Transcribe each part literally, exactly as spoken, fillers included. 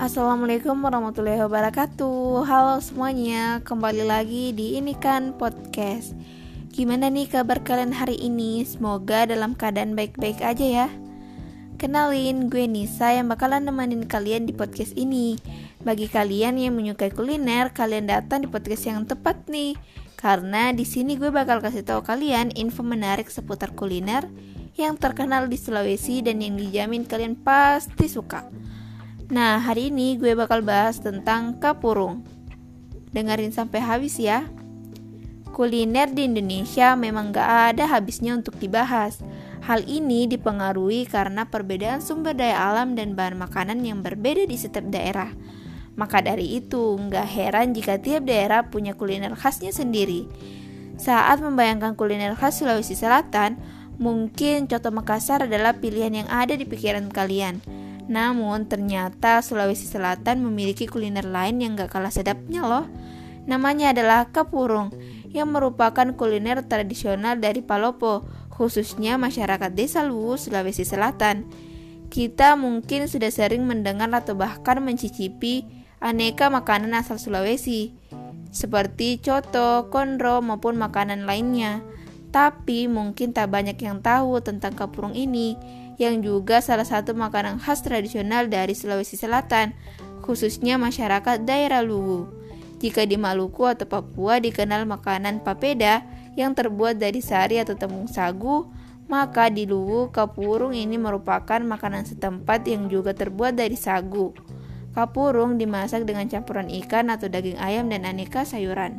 Assalamualaikum warahmatullahi wabarakatuh. Halo semuanya, kembali lagi di Ini Kan Podcast. Gimana nih kabar kalian hari ini? Semoga dalam keadaan baik-baik aja ya. Kenalin, gue Nisa yang bakalan nemenin kalian di podcast ini. Bagi kalian yang menyukai kuliner, kalian datang di podcast yang tepat nih. Karena di sini gue bakal kasih tahu kalian info menarik seputar kuliner yang terkenal di Sulawesi dan yang dijamin kalian pasti suka. Nah, hari ini gue bakal bahas tentang kapurung. Dengerin sampai habis ya. Kuliner di Indonesia memang gak ada habisnya untuk dibahas. Hal ini dipengaruhi karena perbedaan sumber daya alam dan bahan makanan yang berbeda di setiap daerah. Maka dari itu, gak heran jika tiap daerah punya kuliner khasnya sendiri. Saat membayangkan kuliner khas Sulawesi Selatan, mungkin coto Makassar adalah pilihan yang ada di pikiran kalian. Namun ternyata Sulawesi Selatan memiliki kuliner lain yang gak kalah sedapnya loh. Namanya adalah kapurung, yang merupakan kuliner tradisional dari Palopo, khususnya masyarakat Desa Luwu, Sulawesi Selatan. Kita mungkin sudah sering mendengar atau bahkan mencicipi aneka makanan asal Sulawesi, seperti coto, konro, maupun makanan lainnya. Tapi mungkin tak banyak yang tahu tentang kapurung ini, yang juga salah satu makanan khas tradisional dari Sulawesi Selatan, khususnya masyarakat daerah Luwu. Jika di Maluku atau Papua dikenal makanan papeda yang terbuat dari sari atau tepung sagu, maka di Luwu kapurung ini merupakan makanan setempat yang juga terbuat dari sagu. Kapurung dimasak dengan campuran ikan atau daging ayam dan aneka sayuran.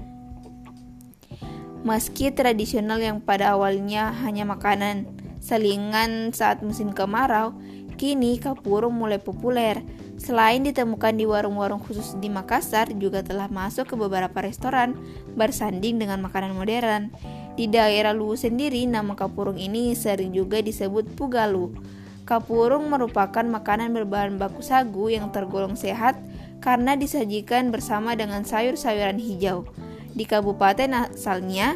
Meski tradisional yang pada awalnya hanya makanan selingan saat musim kemarau, kini kapurung mulai populer. Selain ditemukan di warung-warung khusus di Makassar, juga telah masuk ke beberapa restoran bersanding dengan makanan modern. Di daerah Luwu sendiri, nama kapurung ini sering juga disebut pugalu. Kapurung merupakan makanan berbahan baku sagu yang tergolong sehat karena disajikan bersama dengan sayur-sayuran hijau. Di kabupaten asalnya,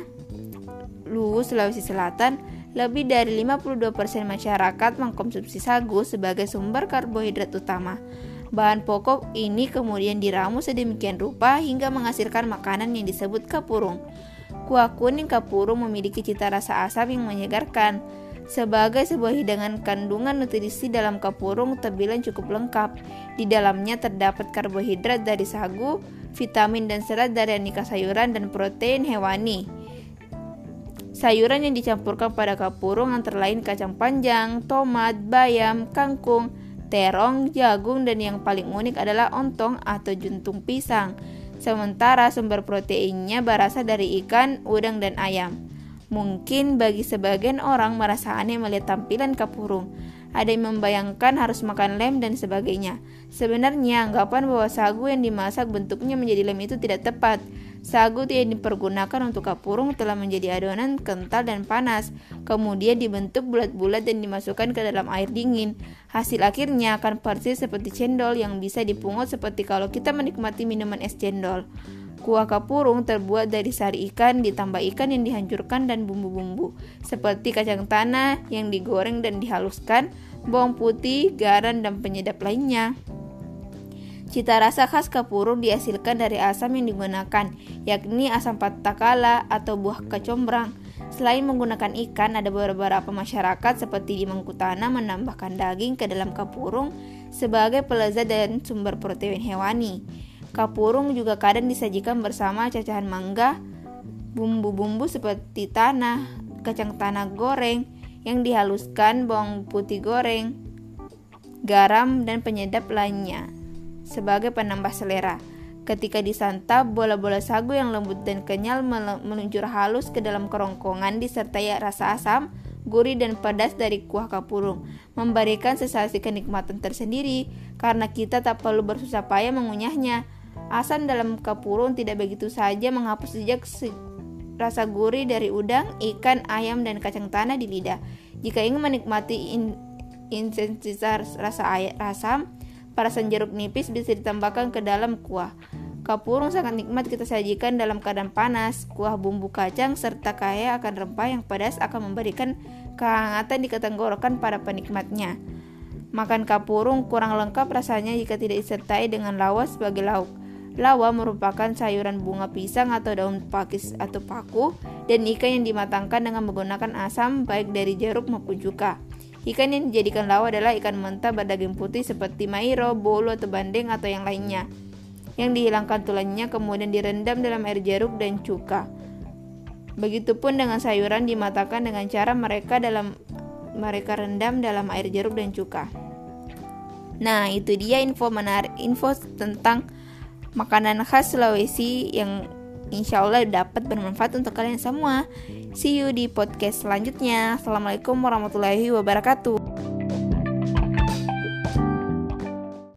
Luwu, Sulawesi Selatan, lebih dari lima puluh dua persen masyarakat mengkonsumsi sagu sebagai sumber karbohidrat utama. Bahan pokok ini kemudian diramu sedemikian rupa hingga menghasilkan makanan yang disebut kapurung. Kuah kuning kapurung memiliki cita rasa asam yang menyegarkan. Sebagai sebuah hidangan, kandungan nutrisi dalam kapurung terbilang cukup lengkap. Di dalamnya terdapat karbohidrat dari sagu, vitamin dan serat dari aneka sayuran dan protein hewani. Sayuran yang dicampurkan pada kapurung antara lain kacang panjang, tomat, bayam, kangkung, terong, jagung, dan yang paling unik adalah ontong atau juntung pisang. Sementara sumber proteinnya berasal dari ikan, udang, dan ayam. Mungkin bagi sebagian orang merasa aneh melihat tampilan kapurung. Ada yang membayangkan harus makan lem dan sebagainya. Sebenarnya anggapan bahwa sagu yang dimasak bentuknya menjadi lem itu tidak tepat. Sagu yang dipergunakan untuk kapurung telah menjadi adonan kental dan panas, kemudian dibentuk bulat-bulat dan dimasukkan ke dalam air dingin. Hasil akhirnya akan persis seperti cendol yang bisa dipungut seperti kalau kita menikmati minuman es cendol. Kuah kapurung terbuat dari sari ikan ditambah ikan yang dihancurkan dan bumbu-bumbu seperti kacang tanah yang digoreng dan dihaluskan, bawang putih, garam, dan penyedap lainnya. Cita rasa khas kapurung dihasilkan dari asam yang digunakan, yakni asam patakala atau buah kecombrang. Selain menggunakan ikan, ada beberapa masyarakat seperti di Mangkutana menambahkan daging ke dalam kapurung sebagai pelezat dan sumber protein hewani. Kapurung juga kadang disajikan bersama cacahan mangga, bumbu-bumbu seperti tanah, kacang tanah goreng yang dihaluskan, bawang putih goreng, garam, dan penyedap lainnya sebagai penambah selera. Ketika disantap, bola-bola sagu yang lembut dan kenyal meluncur halus ke dalam kerongkongan disertai rasa asam, gurih, dan pedas dari kuah kapurung, memberikan sensasi kenikmatan tersendiri karena kita tak perlu bersusah payah mengunyahnya. Asam dalam kapurung tidak begitu saja menghapus jejak rasa gurih dari udang, ikan, ayam, dan kacang tanah di lidah. Jika ingin menikmati in- intensitas rasa ay- asam, perasan jeruk nipis bisa ditambahkan ke dalam kuah. Kapurung sangat nikmat kita sajikan dalam keadaan panas. Kuah bumbu kacang serta kaya akan rempah yang pedas akan memberikan kehangatan di tenggorokan pada penikmatnya. Makan kapurung kurang lengkap rasanya jika tidak disertai dengan lawa sebagai lauk. Lawa merupakan sayuran bunga pisang atau daun pakis atau paku dan ikan yang dimatangkan dengan menggunakan asam baik dari jeruk maupun cuka. Ikan yang dijadikan lawa adalah ikan mentah berdaging putih seperti mairo, bolu atau bandeng atau yang lainnya, yang dihilangkan tulangnya kemudian direndam dalam air jeruk dan cuka. Begitupun dengan sayuran dimatangkan dengan cara mereka dalam mereka rendam dalam air jeruk dan cuka. Nah, itu dia info menarik, info tentang makanan khas Sulawesi yang insya Allah dapat bermanfaat untuk kalian semua. See you di podcast selanjutnya. Assalamualaikum warahmatullahi wabarakatuh.